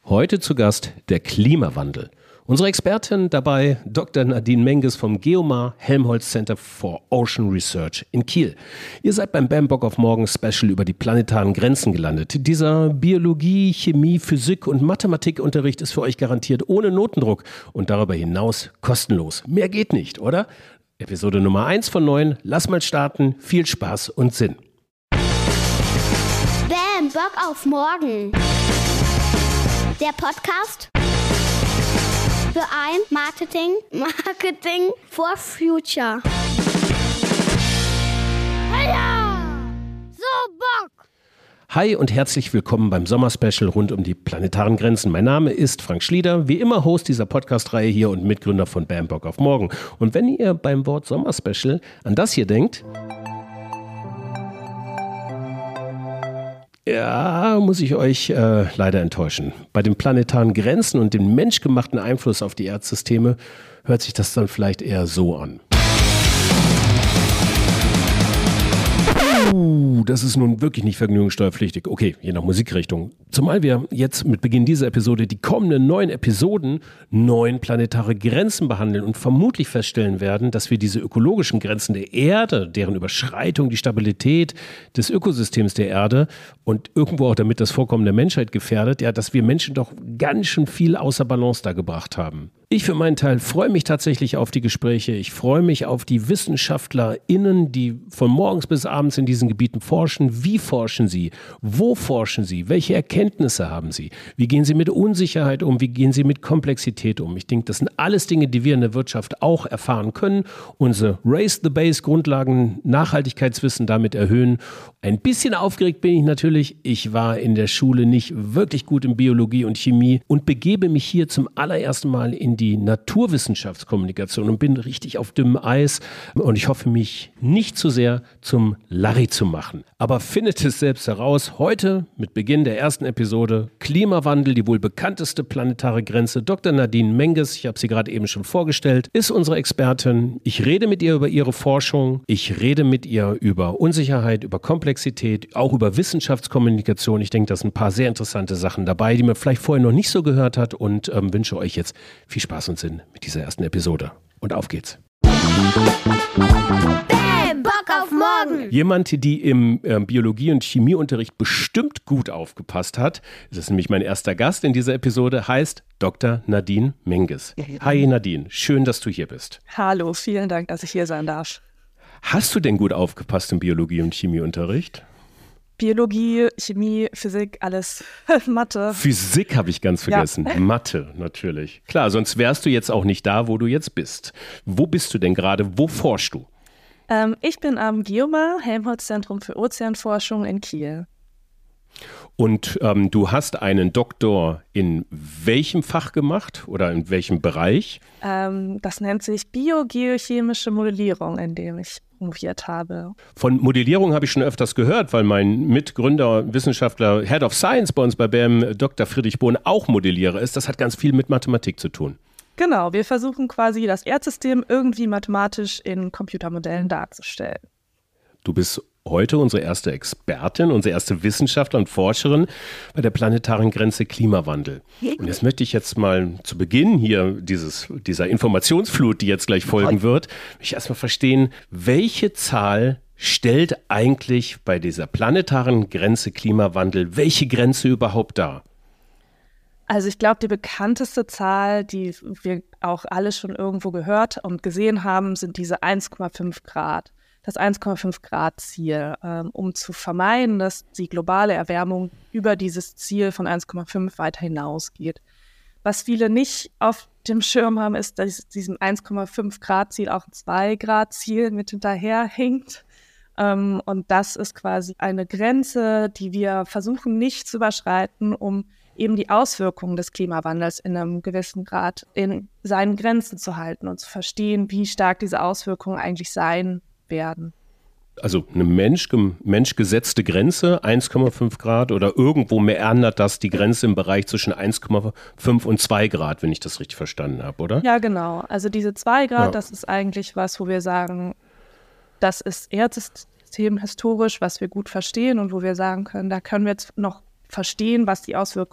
Heute zu Gast der Klimawandel. Unsere Expertin dabei Dr. Nadine Menges vom Geomar Helmholtz Center for Ocean Research in Kiel. Ihr seid beim BAM Bock auf Morgen Special über die planetaren Grenzen gelandet. Dieser Biologie, Chemie, Physik und Mathematikunterricht ist für euch garantiert ohne Notendruck und darüber hinaus kostenlos. Mehr geht nicht, oder? Episode Nummer 1 von 9. Lass mal starten. Viel Spaß und Sinn. BAM Bock auf Morgen. Der Podcast für ein Marketing for Future. Heya! So Bock! Hi und herzlich willkommen beim Sommerspecial rund um die planetaren Grenzen. Mein Name ist Frank Schlieder, wie immer Host dieser Podcast-Reihe hier und Mitgründer von BAM Bock auf Morgen. Und wenn ihr beim Wort Sommerspecial an das hier denkt, ja, muss ich euch leider enttäuschen. Bei den planetaren Grenzen und dem menschgemachten Einfluss auf die Erdsysteme hört sich das dann vielleicht eher so an. Das ist nun wirklich nicht vergnügungssteuerpflichtig. Okay, je nach Musikrichtung. Zumal wir jetzt mit Beginn dieser Episode die kommenden 9 Episoden 9 planetare Grenzen behandeln und vermutlich feststellen werden, dass wir diese ökologischen Grenzen der Erde, deren Überschreitung die Stabilität des Ökosystems der Erde und irgendwo auch damit das Vorkommen der Menschheit gefährdet, ja, dass wir Menschen doch ganz schön viel außer Balance da gebracht haben. Ich für meinen Teil freue mich tatsächlich auf die Gespräche. Ich freue mich auf die WissenschaftlerInnen, die von morgens bis abends in diesen Gebieten forschen. Wie forschen sie? Wo forschen sie? Welche Erkenntnisse haben sie? Wie gehen sie mit Unsicherheit um? Wie gehen sie mit Komplexität um? Ich denke, das sind alles Dinge, die wir in der Wirtschaft auch erfahren können. Unsere Raise the Base Grundlagen, Nachhaltigkeitswissen damit erhöhen. Ein bisschen aufgeregt bin ich natürlich. Ich war in der Schule nicht wirklich gut in Biologie und Chemie und begebe mich hier zum allerersten Mal in die Naturwissenschaftskommunikation und bin richtig auf dünnem Eis und ich hoffe, mich nicht zu sehr zum Larry zu machen. Aber findet es selbst heraus, heute mit Beginn der ersten Episode Klimawandel, die wohl bekannteste planetare Grenze. Dr. Nadine Menges, ich habe sie gerade eben schon vorgestellt, ist unsere Expertin. Ich rede mit ihr über ihre Forschung, ich rede mit ihr über Unsicherheit, über Komplexität, auch über Wissenschaftskommunikation. Ich denke, da sind ein paar sehr interessante Sachen dabei, die man vielleicht vorher noch nicht so gehört hat und wünsche euch jetzt viel Spaß und Sinn mit dieser ersten Episode. Und auf geht's. BAM Bock auf Morgen. Jemand, die im Biologie- und Chemieunterricht bestimmt gut aufgepasst hat, das ist nämlich mein erster Gast in dieser Episode, heißt Dr. Nadine Menges. Hi Nadine, schön, dass du hier bist. Hallo, vielen Dank, dass ich hier sein darf. Hast du denn gut aufgepasst im Biologie- und Chemieunterricht? Biologie, Chemie, Physik, alles. Mathe. Physik habe ich ganz vergessen. Ja. Mathe, natürlich. Klar, sonst wärst du jetzt auch nicht da, wo du jetzt bist. Wo bist du denn gerade? Wo forschst du? Ich bin am Geomar Helmholtz Zentrum für Ozeanforschung in Kiel. Und du hast einen Doktor in welchem Fach gemacht oder in welchem Bereich? Das nennt sich biogeochemische Modellierung, in dem ich promoviert habe. Von Modellierung habe ich schon öfters gehört, weil mein Mitgründer, Wissenschaftler, Head of Science bei uns bei BAM, Dr. Friedrich Bohn, auch Modellierer ist. Das hat ganz viel mit Mathematik zu tun. Genau, wir versuchen quasi das Erdsystem irgendwie mathematisch in Computermodellen darzustellen. Du bist heute unsere erste Expertin, unsere erste Wissenschaftlerin und Forscherin bei der planetaren Grenze Klimawandel. Und jetzt möchte ich jetzt mal zu Beginn hier dieser Informationsflut, die jetzt gleich folgen wird, mich erstmal verstehen, welche Zahl stellt eigentlich bei dieser planetaren Grenze Klimawandel, welche Grenze überhaupt dar? Also ich glaube, die bekannteste Zahl, die wir auch alle schon irgendwo gehört und gesehen haben, sind diese 1,5 Grad. Das 1,5 Grad Ziel, um zu vermeiden, dass die globale Erwärmung über dieses Ziel von 1,5 weiter hinausgeht. Was viele nicht auf dem Schirm haben, ist, dass diesem 1,5 Grad Ziel auch ein 2 Grad Ziel mit hinterherhinkt. Und das ist quasi eine Grenze, die wir versuchen nicht zu überschreiten, um eben die Auswirkungen des Klimawandels in einem gewissen Grad in seinen Grenzen zu halten und zu verstehen, wie stark diese Auswirkungen eigentlich sein werden. Also eine menschgesetzte Grenze, 1,5 Grad oder irgendwo meandert das die Grenze im Bereich zwischen 1,5 und 2 Grad, wenn ich das richtig verstanden habe, oder? Ja, genau. Also diese 2 Grad, Das ist eigentlich was, wo wir sagen, das ist Erdsystem historisch, was wir gut verstehen und wo wir sagen können, da können wir jetzt noch verstehen, was die Auswirkungen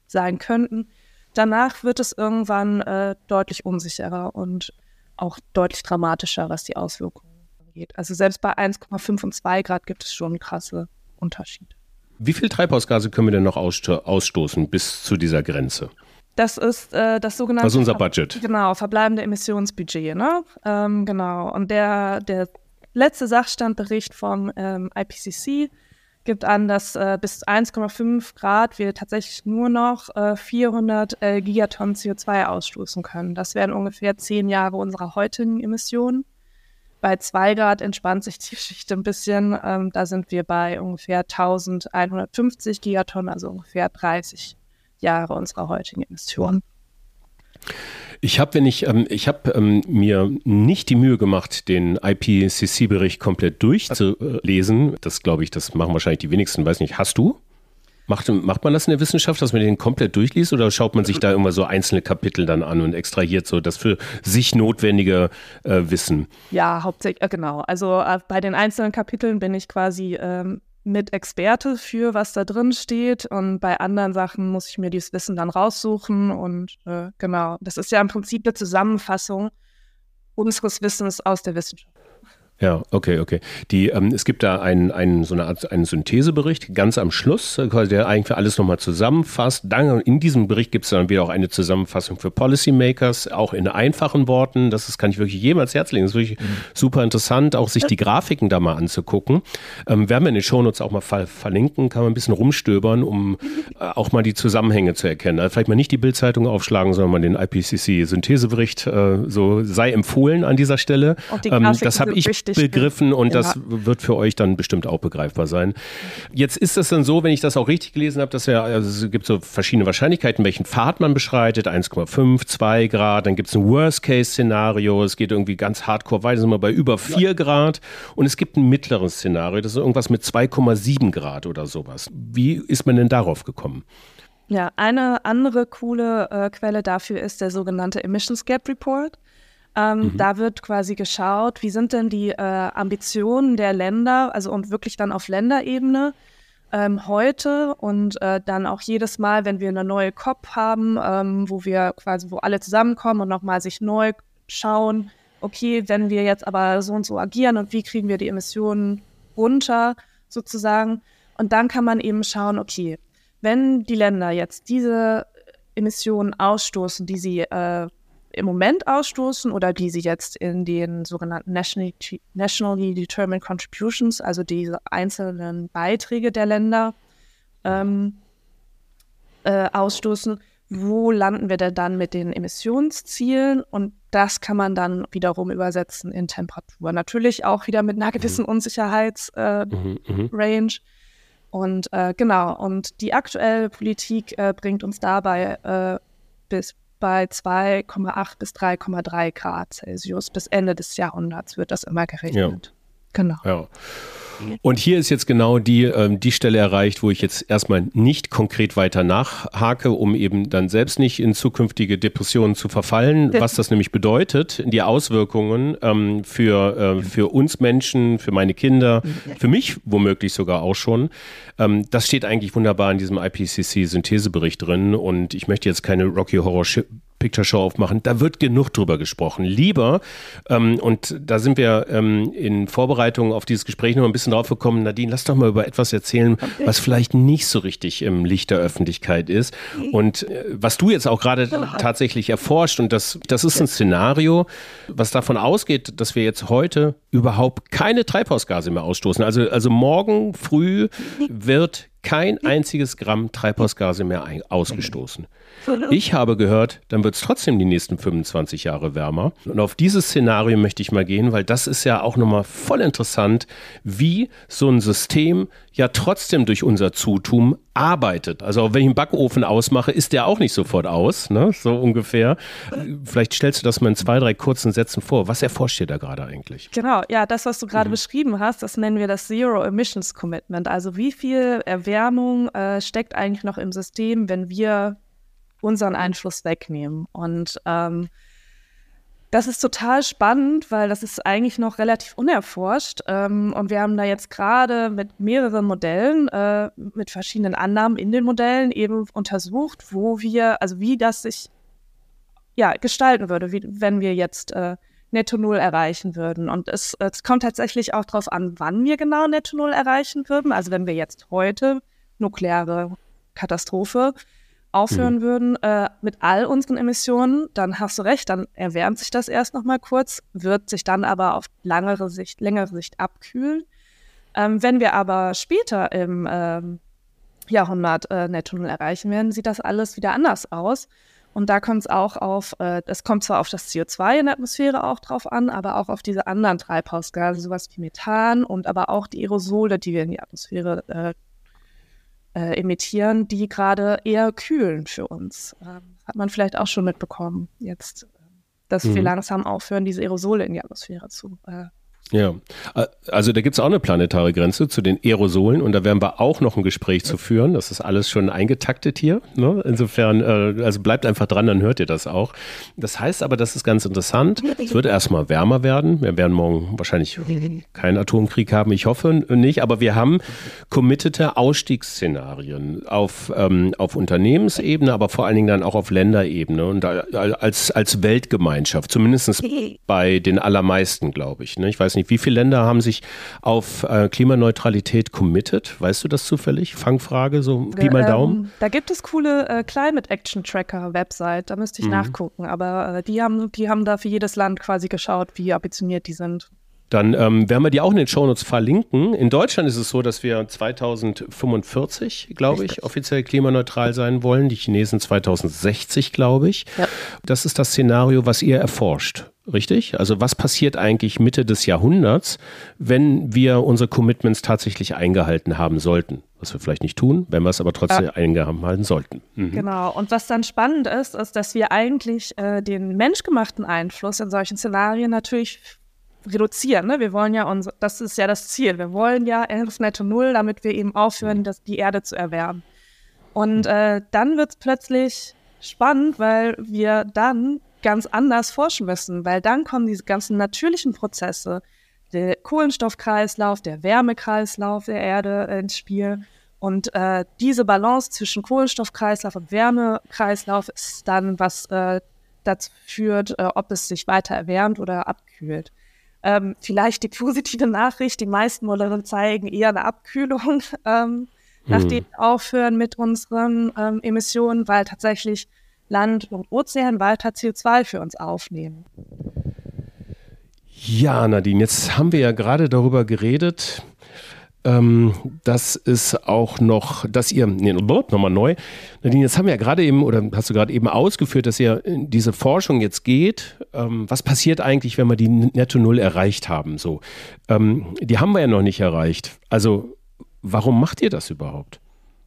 sein könnten. Danach wird es irgendwann deutlich unsicherer und auch deutlich dramatischer, was die Auswirkungen angeht. Also selbst bei 1,5 und 2 Grad gibt es schon krasse Unterschiede. Wie viel Treibhausgase können wir denn noch ausstoßen bis zu dieser Grenze? Das ist das sogenannte Was ist unser Budget? Genau, verbleibende Emissionsbudget. Ne? Genau. Und der letzte Sachstandbericht vom IPCC gibt an, dass bis 1,5 Grad wir tatsächlich nur noch 400 Gigatonnen CO2 ausstoßen können. Das wären ungefähr 10 Jahre unserer heutigen Emissionen. Bei 2 Grad entspannt sich die Geschichte ein bisschen. Da sind wir bei ungefähr 1150 Gigatonnen, also ungefähr 30 Jahre unserer heutigen Emissionen. Ich habe mir nicht die Mühe gemacht, den IPCC-Bericht komplett durchzulesen. Das glaube ich, das machen wahrscheinlich die wenigsten. Weiß nicht, hast du? Macht man das in der Wissenschaft, dass man den komplett durchliest, oder schaut man sich da immer so einzelne Kapitel dann an und extrahiert so das für sich notwendige Wissen? Ja, hauptsächlich, genau. Also bei den einzelnen Kapiteln bin ich quasi mit Experte für, was da drin steht, und bei anderen Sachen muss ich mir dieses Wissen dann raussuchen und genau. Das ist ja im Prinzip eine Zusammenfassung unseres Wissens aus der Wissenschaft. Ja, okay. Es gibt da einen Synthesebericht ganz am Schluss, der eigentlich alles nochmal zusammenfasst. Dann in diesem Bericht gibt es dann wieder auch eine Zusammenfassung für Policymakers, auch in einfachen Worten. Kann ich wirklich jedem ans Herz legen. Das ist wirklich super interessant, auch sich die Grafiken da mal anzugucken. Werden wir in den Shownotes auch mal verlinken, kann man ein bisschen rumstöbern, um auch mal die Zusammenhänge zu erkennen. Also vielleicht mal nicht die Bild-Zeitung aufschlagen, sondern mal den IPCC-Synthesebericht. So sei empfohlen an dieser Stelle. Das habe ich begriffen und das wird für euch dann bestimmt auch begreifbar sein. Jetzt ist es dann so, wenn ich das auch richtig gelesen habe, dass es gibt so verschiedene Wahrscheinlichkeiten, welchen Pfad man beschreitet, 1,5, 2 Grad, dann gibt es ein Worst-Case-Szenario, es geht irgendwie ganz hardcore weiter, sind wir bei über 4 Grad, und es gibt ein mittleres Szenario, das ist irgendwas mit 2,7 Grad oder sowas. Wie ist man denn darauf gekommen? Ja, eine andere coole Quelle dafür ist der sogenannte Emissions Gap Report. Da wird quasi geschaut, wie sind denn die Ambitionen der Länder, also und wirklich dann auf Länderebene heute und dann auch jedes Mal, wenn wir eine neue COP haben, wo alle zusammenkommen und nochmal sich neu schauen, okay, wenn wir jetzt aber so und so agieren und wie kriegen wir die Emissionen runter sozusagen. Und dann kann man eben schauen, okay, wenn die Länder jetzt diese Emissionen ausstoßen, die sie im Moment ausstoßen oder die sie jetzt in den sogenannten Nationally Determined Contributions, also diese einzelnen Beiträge der Länder ausstoßen, wo landen wir denn dann mit den Emissionszielen? Und das kann man dann wiederum übersetzen in Temperatur. Natürlich auch wieder mit einer gewissen Unsicherheitsrange. Und genau, und die aktuelle Politik bringt uns dabei bei 2,8 bis 3,3 Grad Celsius. Bis Ende des Jahrhunderts wird das immer gerechnet. Ja. Genau. Ja. Und hier ist jetzt genau die Stelle erreicht, wo ich jetzt erstmal nicht konkret weiter nachhake, um eben dann selbst nicht in zukünftige Depressionen zu verfallen, was das nämlich bedeutet, die Auswirkungen für uns Menschen, für meine Kinder, für mich womöglich sogar auch schon. Das steht eigentlich wunderbar in diesem IPCC-Synthesebericht drin, und ich möchte jetzt keine Rocky Horror Picture Show aufmachen, da wird genug drüber gesprochen. Lieber, und da sind wir in Vorbereitung auf dieses Gespräch noch ein bisschen drauf gekommen, Nadine, lass doch mal über etwas erzählen, was vielleicht nicht so richtig im Licht der Öffentlichkeit ist. Und was du jetzt auch gerade tatsächlich erforscht, und das ist ein Szenario, was davon ausgeht, dass wir jetzt heute überhaupt keine Treibhausgase mehr ausstoßen. Also morgen früh wird kein einziges Gramm Treibhausgase mehr ausgestoßen. Ich habe gehört, dann wird es trotzdem die nächsten 25 Jahre wärmer. Und auf dieses Szenario möchte ich mal gehen, weil das ist ja auch nochmal voll interessant, wie so ein System ja trotzdem durch unser Zutun arbeitet. Also wenn ich einen Backofen ausmache, ist der auch nicht sofort aus, ne? So ungefähr. Vielleicht stellst du das mal in 2, 3 kurzen Sätzen vor. Was erforscht ihr da gerade eigentlich? Genau, ja, das, was du gerade beschrieben hast, das nennen wir das Zero Emissions Commitment. Also wie viel Erwärmung steckt eigentlich noch im System, wenn wir unseren Einfluss wegnehmen. Und Das ist total spannend, weil das ist eigentlich noch relativ unerforscht. Und wir haben da jetzt gerade mit mehreren Modellen, mit verschiedenen Annahmen in den Modellen eben untersucht, wie das sich gestalten würde, wenn wir jetzt Netto Null erreichen würden. Und es kommt tatsächlich auch darauf an, wann wir genau Netto Null erreichen würden. Also wenn wir jetzt heute nukleare Katastrophe aufhören würden mit all unseren Emissionen, dann hast du recht, dann erwärmt sich das erst noch mal kurz, wird sich dann aber auf längere Sicht abkühlen. Wenn wir aber später im Jahrhundert Netto Null erreichen werden, sieht das alles wieder anders aus. Und da kommt es auch es kommt zwar auf das CO2 in der Atmosphäre auch drauf an, aber auch auf diese anderen Treibhausgase, sowas wie Methan und aber auch die Aerosole, die wir in die Atmosphäre emittieren, die gerade eher kühlen für uns. Hat man vielleicht auch schon mitbekommen, jetzt, dass wir langsam aufhören, diese Aerosole in die Atmosphäre zu Ja, also da gibt es auch eine planetare Grenze zu den Aerosolen und da werden wir auch noch ein Gespräch zu führen. Das ist alles schon eingetaktet hier. Ne? Insofern, also bleibt einfach dran, dann hört ihr das auch. Das heißt aber, das ist ganz interessant. Es wird erstmal wärmer werden. Wir werden morgen wahrscheinlich keinen Atomkrieg haben. Ich hoffe nicht, aber wir haben committete Ausstiegsszenarien auf Unternehmensebene, aber vor allen Dingen dann auch auf Länderebene und als Weltgemeinschaft, zumindest bei den allermeisten, glaube ich. Ne? Ich weiß nicht, wie viele Länder haben sich auf Klimaneutralität committed? Weißt du das zufällig? Fangfrage, so Pi mal Daumen? Da gibt es coole Climate Action Tracker Website, da müsste ich nachgucken. Aber die haben da für jedes Land quasi geschaut, wie ambitioniert die sind. Dann werden wir die auch in den Shownotes verlinken. In Deutschland ist es so, dass wir 2045, glaube ich, offiziell klimaneutral sein wollen. Die Chinesen 2060, glaube ich. Ja. Das ist das Szenario, was ihr erforscht, richtig? Also was passiert eigentlich Mitte des Jahrhunderts, wenn wir unsere Commitments tatsächlich eingehalten haben sollten? Was wir vielleicht nicht tun, wenn wir es aber trotzdem eingehalten sollten. Mhm. Genau. Und was dann spannend ist, dass wir eigentlich den menschgemachten Einfluss in solchen Szenarien natürlich reduzieren. Ne? Wir wollen ja das ist ja das Ziel. Wir wollen ja Netto Null, damit wir eben aufhören, die Erde zu erwärmen. Und dann wird es plötzlich spannend, weil wir dann ganz anders forschen müssen, weil dann kommen diese ganzen natürlichen Prozesse, der Kohlenstoffkreislauf, der Wärmekreislauf der Erde ins Spiel. Und diese Balance zwischen Kohlenstoffkreislauf und Wärmekreislauf ist dann, was dazu führt, ob es sich weiter erwärmt oder abkühlt. Vielleicht die positive Nachricht, die meisten Modelle zeigen eher eine Abkühlung, nachdem wir aufhören mit unseren Emissionen, weil tatsächlich Land und Ozean weiter CO2 für uns aufnehmen. Ja, Nadine, jetzt haben wir ja gerade darüber geredet, dass es auch noch, nochmal neu. Nadine, jetzt haben wir ja gerade eben, oder hast du gerade eben ausgeführt, dass ihr in diese Forschung jetzt geht. Was passiert eigentlich, wenn wir die Netto Null erreicht haben? So, die haben wir ja noch nicht erreicht. Also, warum macht ihr das überhaupt?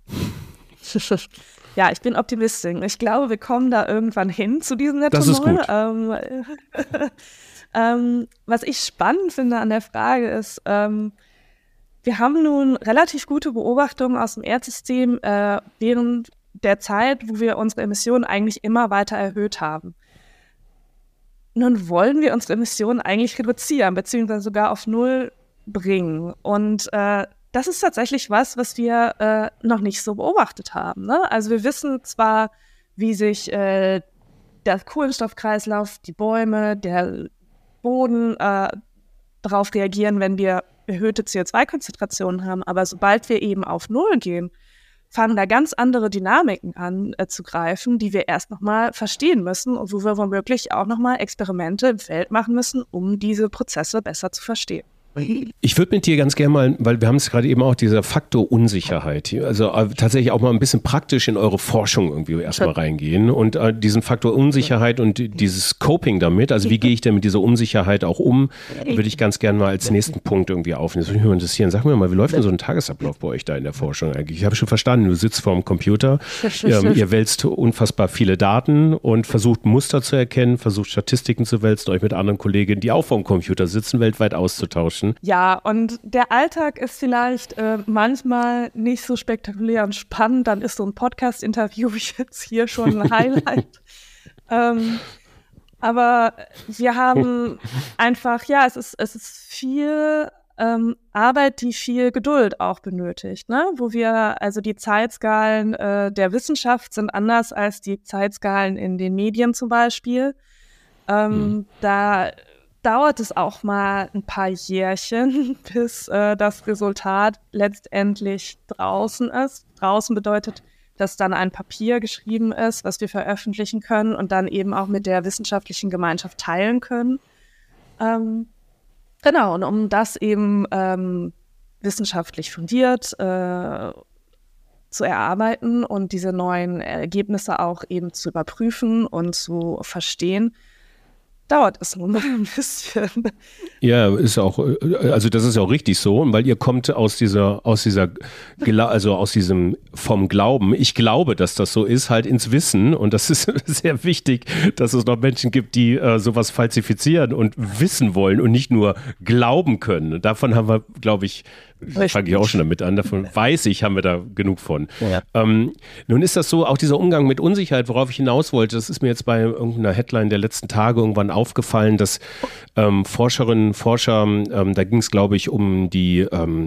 Ja, ich bin Optimistin. Ich glaube, wir kommen da irgendwann hin zu diesen Netto Null. Das ist gut. Was ich spannend finde an der Frage ist, wir haben nun relativ gute Beobachtungen aus dem Erdsystem während der Zeit, wo wir unsere Emissionen eigentlich immer weiter erhöht haben. Nun wollen wir unsere Emissionen eigentlich reduzieren, beziehungsweise sogar auf Null bringen. Und das ist tatsächlich was wir noch nicht so beobachtet haben. Ne? Also wir wissen zwar, wie sich der Kohlenstoffkreislauf, die Bäume, der Boden darauf reagieren, wenn wir erhöhte CO2-Konzentrationen haben, aber sobald wir eben auf Null gehen, fangen da ganz andere Dynamiken an zu greifen, die wir erst nochmal verstehen müssen und wo wir womöglich auch nochmal Experimente im Feld machen müssen, um diese Prozesse besser zu verstehen. Ich würde mit dir ganz gerne mal, weil wir haben es gerade eben auch, dieser Faktor Unsicherheit, also tatsächlich auch mal ein bisschen praktisch in eure Forschung irgendwie erstmal reingehen und diesen Faktor Unsicherheit und dieses Coping damit, also wie gehe ich denn mit dieser Unsicherheit auch um, würde ich ganz gerne mal als nächsten Punkt irgendwie aufnehmen. Das würde mich mal interessieren. Sag mir mal, wie läuft denn so ein Tagesablauf bei euch da in der Forschung eigentlich? Ich habe schon verstanden, du sitzt vorm Computer, ihr wälzt unfassbar viele Daten und versucht Muster zu erkennen, versucht Statistiken zu wälzen, euch mit anderen Kolleginnen, die auch vorm Computer sitzen, weltweit auszutauschen. Ja, und der Alltag ist vielleicht manchmal nicht so spektakulär und spannend. Dann ist so ein Podcast-Interview wie jetzt hier schon ein Highlight. Aber wir haben einfach, es ist viel Arbeit, die viel Geduld auch benötigt, ne? Wo wir, also die Zeitskalen der Wissenschaft sind anders als die Zeitskalen in den Medien zum Beispiel. Da dauert es auch mal ein paar Jährchen, bis das Resultat letztendlich draußen ist. Draußen bedeutet, dass dann ein Papier geschrieben ist, was wir veröffentlichen können und dann eben auch mit der wissenschaftlichen Gemeinschaft teilen können. Genau, und um das eben wissenschaftlich fundiert zu erarbeiten und diese neuen Ergebnisse auch eben zu überprüfen und zu verstehen, dauert es nun mal ein bisschen. Ja, ist auch, also das ist auch richtig so, weil ihr kommt aus diesem vom Glauben, ich glaube, dass das so ist, halt ins Wissen, und das ist sehr wichtig, dass es noch Menschen gibt, die sowas falsifizieren und wissen wollen und nicht nur glauben können. Und davon haben wir, glaube ich, fange ich auch schon damit an, davon weiß ich, haben wir da genug von. Ja. Nun ist das so, auch dieser Umgang mit Unsicherheit, worauf ich hinaus wollte, das ist mir jetzt bei irgendeiner Headline der letzten Tage irgendwann aufgefallen, dass Forscherinnen und Forscher, da ging es, glaube ich, um die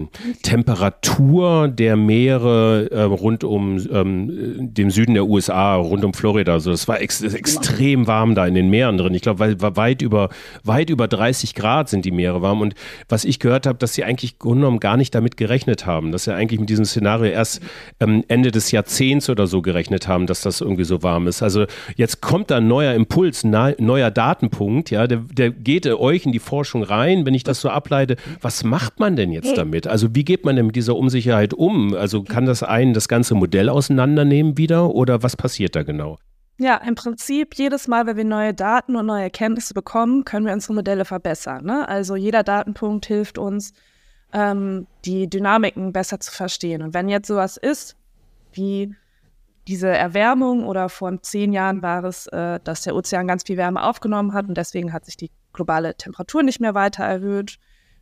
Temperatur der Meere rund um dem Süden der USA, rund um Florida. Also das war extrem warm da in den Meeren drin. Ich glaube, weit über 30 Grad sind die Meere warm. Und was ich gehört habe, dass sie eigentlich im Grunde genommen gar nicht damit gerechnet haben, dass sie eigentlich mit diesem Szenario erst Ende des Jahrzehnts oder so gerechnet haben, dass das irgendwie so warm ist. Also jetzt kommt da ein neuer Impuls, neuer Datenpunkt, ja, der geht euch in die Forschung rein, wenn ich das so ableite. Was macht man denn jetzt damit? Also wie geht man denn mit dieser Unsicherheit um? Also kann das ganze Modell auseinandernehmen wieder oder was passiert da genau? Ja, im Prinzip jedes Mal, wenn wir neue Daten und neue Erkenntnisse bekommen, können wir unsere Modelle verbessern, ne? Also jeder Datenpunkt hilft uns, die Dynamiken besser zu verstehen. Und wenn jetzt sowas ist, wie diese Erwärmung oder vor 10 Jahren war es, dass der Ozean ganz viel Wärme aufgenommen hat und deswegen hat sich die globale Temperatur nicht mehr weiter erhöht.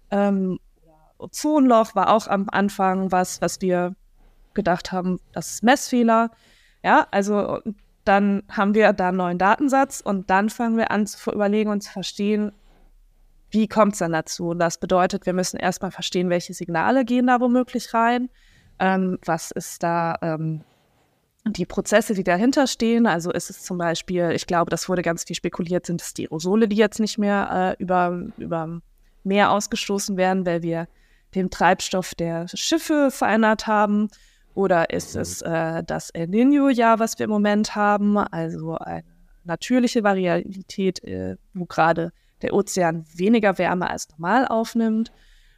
Ozonloch war auch am Anfang was wir gedacht haben, das ist Messfehler. Ja, also dann haben wir da einen neuen Datensatz und dann fangen wir an zu überlegen und zu verstehen, wie kommt es dann dazu? Und das bedeutet, wir müssen erstmal verstehen, welche Signale gehen da womöglich rein, was ist da die Prozesse, die dahinter stehen. Also ist es zum Beispiel, ich glaube, das wurde ganz viel spekuliert, sind es die Aerosole, die jetzt nicht mehr über Meer ausgestoßen werden, weil wir den Treibstoff der Schiffe verändert haben? Oder ist es das El Niño-Jahr, was wir im Moment haben, also eine natürliche Variabilität, wo gerade der Ozean weniger Wärme als normal aufnimmt?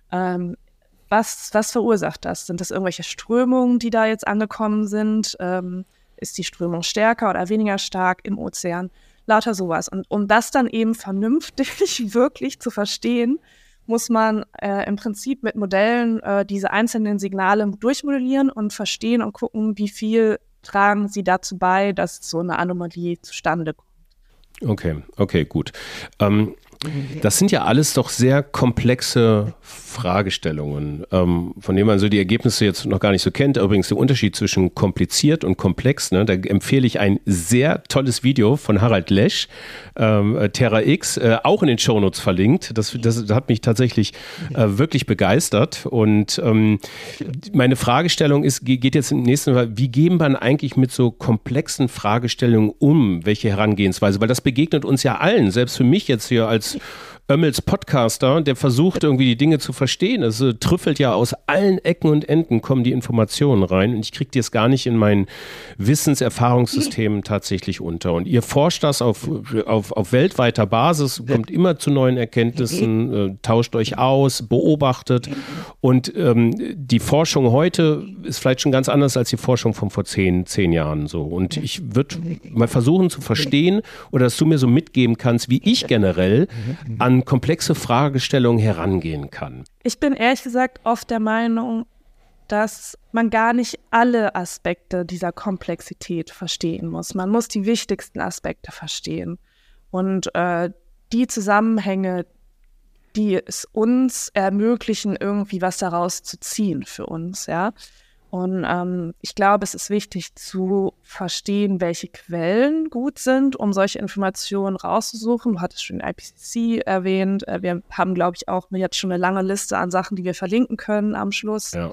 Was verursacht das? Sind das irgendwelche Strömungen, die da jetzt angekommen sind? Ist die Strömung stärker oder weniger stark im Ozean? Lauter sowas. Und um das dann eben vernünftig wirklich zu verstehen, muss man im Prinzip mit Modellen diese einzelnen Signale durchmodellieren und verstehen und gucken, wie viel tragen sie dazu bei, dass so eine Anomalie zustande kommt. Okay, gut. Das sind ja alles doch sehr komplexe Fragestellungen, von denen man so die Ergebnisse jetzt noch gar nicht so kennt. Übrigens der Unterschied zwischen kompliziert und komplex, ne? Da empfehle ich ein sehr tolles Video von Harald Lesch, Terra X, auch in den Shownotes verlinkt. Das hat mich tatsächlich wirklich begeistert. Und meine Fragestellung geht jetzt im nächsten Mal, wie gehen wir eigentlich mit so komplexen Fragestellungen um? Welche Herangehensweise? Weil das begegnet uns ja allen, selbst für mich jetzt hier als Ömmels Podcaster, der versucht irgendwie die Dinge zu verstehen. Es trüffelt ja aus allen Ecken und Enden, kommen die Informationen rein und ich kriege die jetzt gar nicht in mein Wissenserfahrungssystem tatsächlich unter. Und ihr forscht das auf weltweiter Basis, kommt immer zu neuen Erkenntnissen, tauscht euch aus, beobachtet und die Forschung heute ist vielleicht schon ganz anders als die Forschung von vor 10 Jahren so. Und ich würde mal versuchen zu verstehen oder dass du mir so mitgeben kannst, wie ich generell an komplexe Fragestellungen herangehen kann. Ich bin ehrlich gesagt oft der Meinung, dass man gar nicht alle Aspekte dieser Komplexität verstehen muss. Man muss die wichtigsten Aspekte verstehen. Und die Zusammenhänge, die es uns ermöglichen, irgendwie was daraus zu ziehen für uns, ja. Und ich glaube, es ist wichtig zu verstehen, welche Quellen gut sind, um solche Informationen rauszusuchen. Du hattest schon IPCC erwähnt. Wir haben, glaube ich, auch jetzt schon eine lange Liste an Sachen, die wir verlinken können am Schluss. Ja.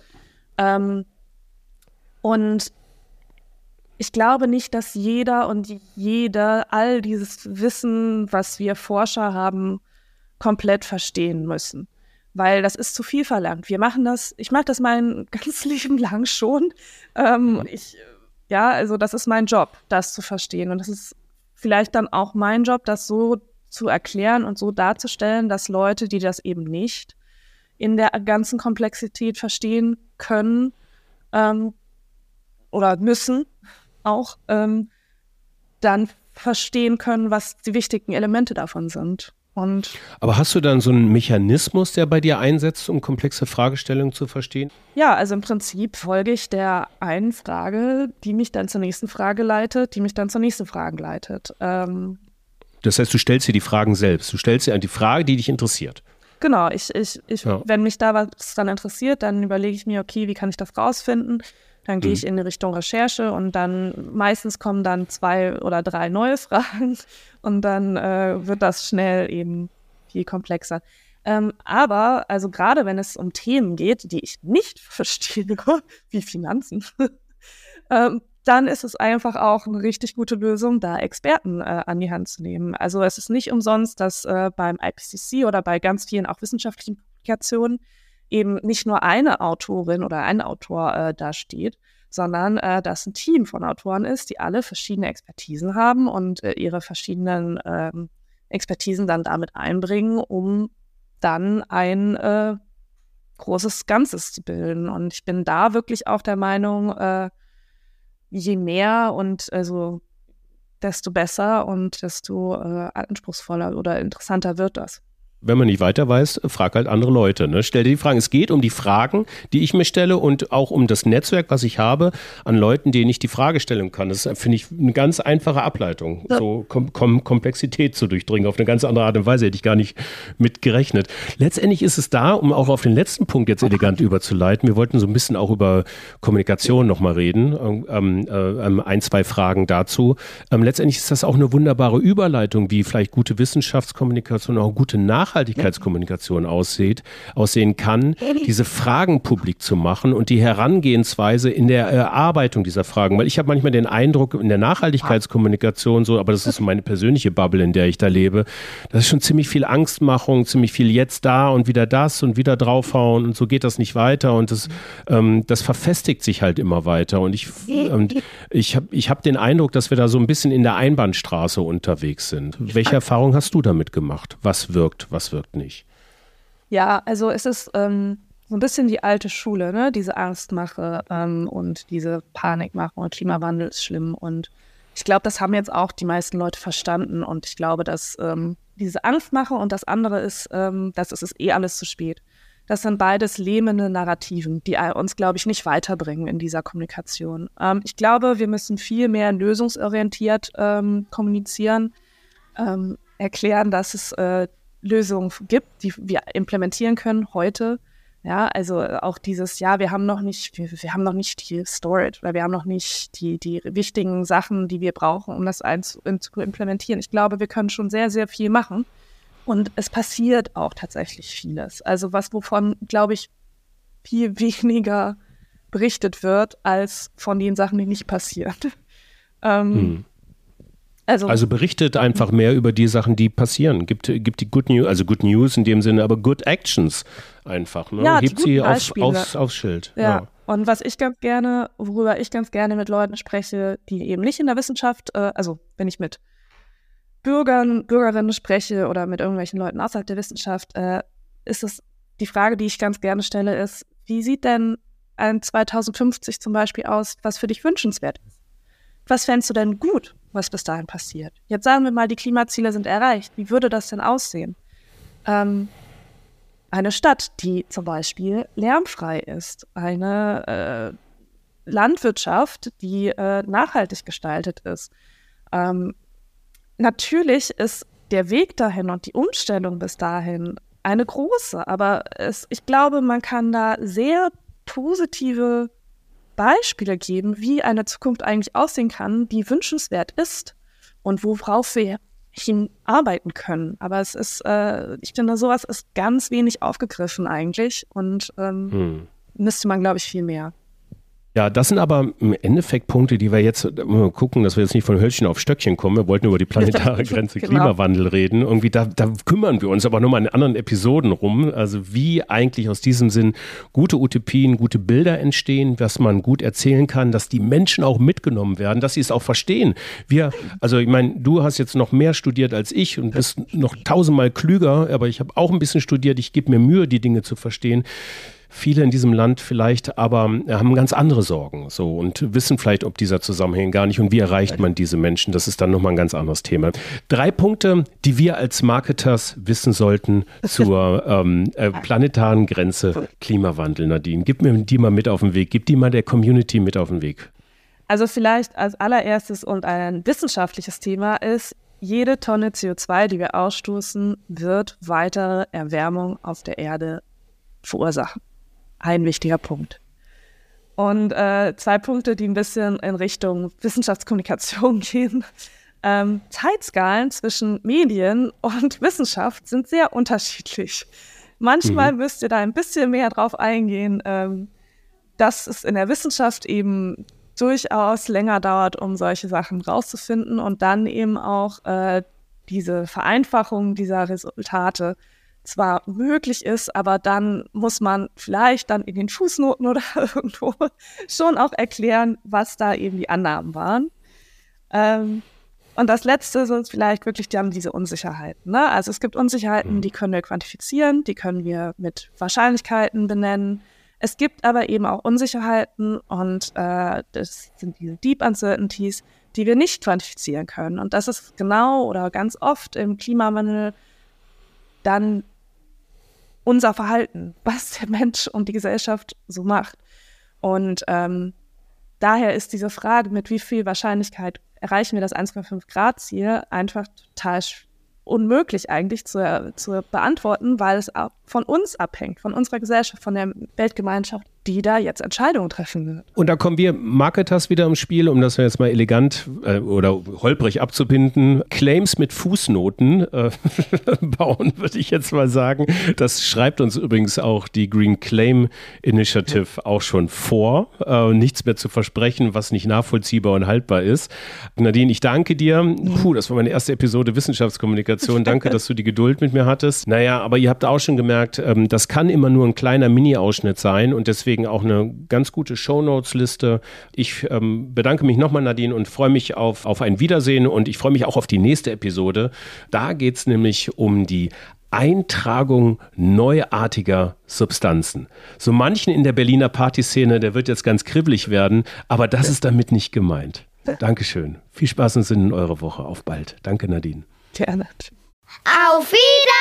Und ich glaube nicht, dass jeder und jede all dieses Wissen, was wir Forscher haben, komplett verstehen müssen. Weil das ist zu viel verlangt. Ich mache das mein ganzes Leben lang schon. Also das ist mein Job, das zu verstehen. Und das ist vielleicht dann auch mein Job, das so zu erklären und so darzustellen, dass Leute, die das eben nicht in der ganzen Komplexität verstehen können oder müssen, auch dann verstehen können, was die wichtigen Elemente davon sind. Aber hast du dann so einen Mechanismus, der bei dir einsetzt, um komplexe Fragestellungen zu verstehen? Ja, also im Prinzip folge ich der einen Frage, die mich dann zur nächsten Frage leitet, die mich dann zur nächsten Frage leitet. Das heißt, du stellst dir die Fragen selbst. Du stellst dir die Frage, die dich interessiert. Genau, wenn mich da was dann interessiert, dann überlege ich mir, okay, wie kann ich das rausfinden? Dann gehe ich in die Richtung Recherche und dann meistens kommen dann 2 oder 3 neue Fragen und dann wird das schnell eben viel komplexer. Aber also gerade wenn es um Themen geht, die ich nicht verstehe, wie Finanzen, dann ist es einfach auch eine richtig gute Lösung, da Experten an die Hand zu nehmen. Also es ist nicht umsonst, dass beim IPCC oder bei ganz vielen auch wissenschaftlichen Publikationen eben nicht nur eine Autorin oder ein Autor da steht, sondern dass ein Team von Autoren ist, die alle verschiedene Expertisen haben und ihre verschiedenen Expertisen dann damit einbringen, um dann ein großes Ganzes zu bilden. Und ich bin da wirklich auch der Meinung, je mehr und also desto besser und desto anspruchsvoller oder interessanter wird das. Wenn man nicht weiter weiß, frag halt andere Leute. Ne? Stell dir die Fragen. Es geht um die Fragen, die ich mir stelle und auch um das Netzwerk, was ich habe an Leuten, denen ich die Frage stellen kann. Das ist, finde ich, eine ganz einfache Ableitung, so Komplexität zu durchdringen. Auf eine ganz andere Art und Weise hätte ich gar nicht mit gerechnet. Letztendlich ist es da, um auch auf den letzten Punkt jetzt elegant überzuleiten. Wir wollten so ein bisschen auch über Kommunikation nochmal reden. 1, 2 Fragen dazu. Letztendlich ist das auch eine wunderbare Überleitung, wie vielleicht gute Wissenschaftskommunikation, auch gute Nachhaltigkeitskommunikation aussehen kann, diese Fragen publik zu machen und die Herangehensweise in der Erarbeitung dieser Fragen. Weil ich habe manchmal den Eindruck, in der Nachhaltigkeitskommunikation so, aber das ist so meine persönliche Bubble, in der ich da lebe, das ist schon ziemlich viel Angstmachung, ziemlich viel jetzt da und wieder das und wieder draufhauen und so geht das nicht weiter und das verfestigt sich halt immer weiter und ich hab den Eindruck, dass wir da so ein bisschen in der Einbahnstraße unterwegs sind. Welche Erfahrung hast du damit gemacht? Was wirkt nicht? Ja, also es ist so ein bisschen die alte Schule, ne? Diese Angstmache und diese Panikmache und Klimawandel ist schlimm. Und ich glaube, das haben jetzt auch die meisten Leute verstanden. Und ich glaube, dass diese Angstmache und das andere ist, das ist alles zu spät. Das sind beides lähmende Narrativen, die uns, glaube ich, nicht weiterbringen in dieser Kommunikation. Ich glaube, wir müssen viel mehr lösungsorientiert kommunizieren, erklären, dass es Lösungen gibt, die wir implementieren können heute. Ja, also auch dieses, wir haben noch nicht die Storage oder wir haben noch nicht die wichtigen Sachen, die wir brauchen, um das zu implementieren. Ich glaube, wir können schon sehr, sehr viel machen. Und es passiert auch tatsächlich vieles. Also wovon, glaube ich, viel weniger berichtet wird, als von den Sachen, die nicht passieren. Also berichtet einfach mehr über die Sachen, die passieren. Gibt die Good News, also Good News in dem Sinne, aber Good Actions einfach. Ne? Ja, hebt sie aufs Schild. Ja. Und worüber ich ganz gerne mit Leuten spreche, die eben nicht in der Wissenschaft, also wenn ich mit Bürgerinnen spreche oder mit irgendwelchen Leuten außerhalb der Wissenschaft, ist es die Frage, die ich ganz gerne stelle, ist, wie sieht denn ein 2050 zum Beispiel aus, was für dich wünschenswert ist? Was fändest du denn gut, was bis dahin passiert? Jetzt sagen wir mal, die Klimaziele sind erreicht. Wie würde das denn aussehen? Eine Stadt, die zum Beispiel lärmfrei ist, eine Landwirtschaft, die nachhaltig gestaltet ist. Natürlich ist der Weg dahin und die Umstellung bis dahin eine große, aber ich glaube, man kann da sehr positive Beispiele geben, wie eine Zukunft eigentlich aussehen kann, die wünschenswert ist und worauf wir hinarbeiten können. Aber es ist, ich finde, sowas ist ganz wenig aufgegriffen eigentlich und müsste man, glaube ich, viel mehr. Ja, das sind aber im Endeffekt Punkte, die wir jetzt gucken, dass wir jetzt nicht von Hölzchen auf Stöckchen kommen. Wir wollten über die planetare Grenze Klimawandel reden. Irgendwie da kümmern wir uns aber nochmal in anderen Episoden rum. Also wie eigentlich aus diesem Sinn gute Utopien, gute Bilder entstehen, dass man gut erzählen kann, dass die Menschen auch mitgenommen werden, dass sie es auch verstehen. Also ich meine, du hast jetzt noch mehr studiert als ich und bist noch 1000-mal klüger, aber ich habe auch ein bisschen studiert. Ich gebe mir Mühe, die Dinge zu verstehen. Viele in diesem Land vielleicht aber haben ganz andere Sorgen so und wissen vielleicht, ob dieser Zusammenhang gar nicht und wie erreicht man diese Menschen. Das ist dann nochmal ein ganz anderes Thema. 3 Punkte, die wir als Marketers wissen sollten zur planetaren Grenze Klimawandel. Nadine, gib mir die mal mit auf den Weg. Gib die mal der Community mit auf den Weg. Also vielleicht als allererstes und ein wissenschaftliches Thema ist, jede Tonne CO2, die wir ausstoßen, wird weitere Erwärmung auf der Erde verursachen. Ein wichtiger Punkt. Und 2 Punkte, die ein bisschen in Richtung Wissenschaftskommunikation gehen. Zeitskalen zwischen Medien und Wissenschaft sind sehr unterschiedlich. Manchmal müsst ihr da ein bisschen mehr drauf eingehen, dass es in der Wissenschaft eben durchaus länger dauert, um solche Sachen rauszufinden und dann eben auch diese Vereinfachung dieser Resultate zwar möglich ist, aber dann muss man vielleicht dann in den Fußnoten oder irgendwo schon auch erklären, was da eben die Annahmen waren. Und das Letzte sind vielleicht wirklich dann diese Unsicherheiten. Ne? Also es gibt Unsicherheiten, die können wir quantifizieren, die können wir mit Wahrscheinlichkeiten benennen. Es gibt aber eben auch Unsicherheiten und das sind diese Deep Uncertainties, die wir nicht quantifizieren können. Und das ist genau oder ganz oft im Klimawandel dann unser Verhalten, was der Mensch und die Gesellschaft so macht. Und daher ist diese Frage, mit wie viel Wahrscheinlichkeit erreichen wir das 1,5 Grad Ziel, einfach total unmöglich eigentlich zu beantworten, weil es von uns abhängt, von unserer Gesellschaft, von der Weltgemeinschaft, die da jetzt Entscheidungen treffen wird. Und da kommen wir Marketers wieder ins Spiel, um das jetzt mal elegant oder holprig abzubinden. Claims mit Fußnoten bauen, würde ich jetzt mal sagen. Das schreibt uns übrigens auch die Green Claim Initiative auch schon vor. Nichts mehr zu versprechen, was nicht nachvollziehbar und haltbar ist. Nadine, ich danke dir. Das war meine erste Episode Wissenschaftskommunikation. Danke, dass du die Geduld mit mir hattest. Naja, aber ihr habt auch schon gemerkt, das kann immer nur ein kleiner Mini-Ausschnitt sein und deswegen auch eine ganz gute Shownotes-Liste. Ich bedanke mich nochmal, Nadine, und freue mich auf ein Wiedersehen und ich freue mich auch auf die nächste Episode. Da geht es nämlich um die Eintragung neuartiger Substanzen. So manchen in der Berliner Partyszene, der wird jetzt ganz kribbelig werden, aber das ist damit nicht gemeint. Dankeschön. Viel Spaß und Sinn in eurer Woche. Auf bald. Danke, Nadine. Gerne. Auf Wiedersehen!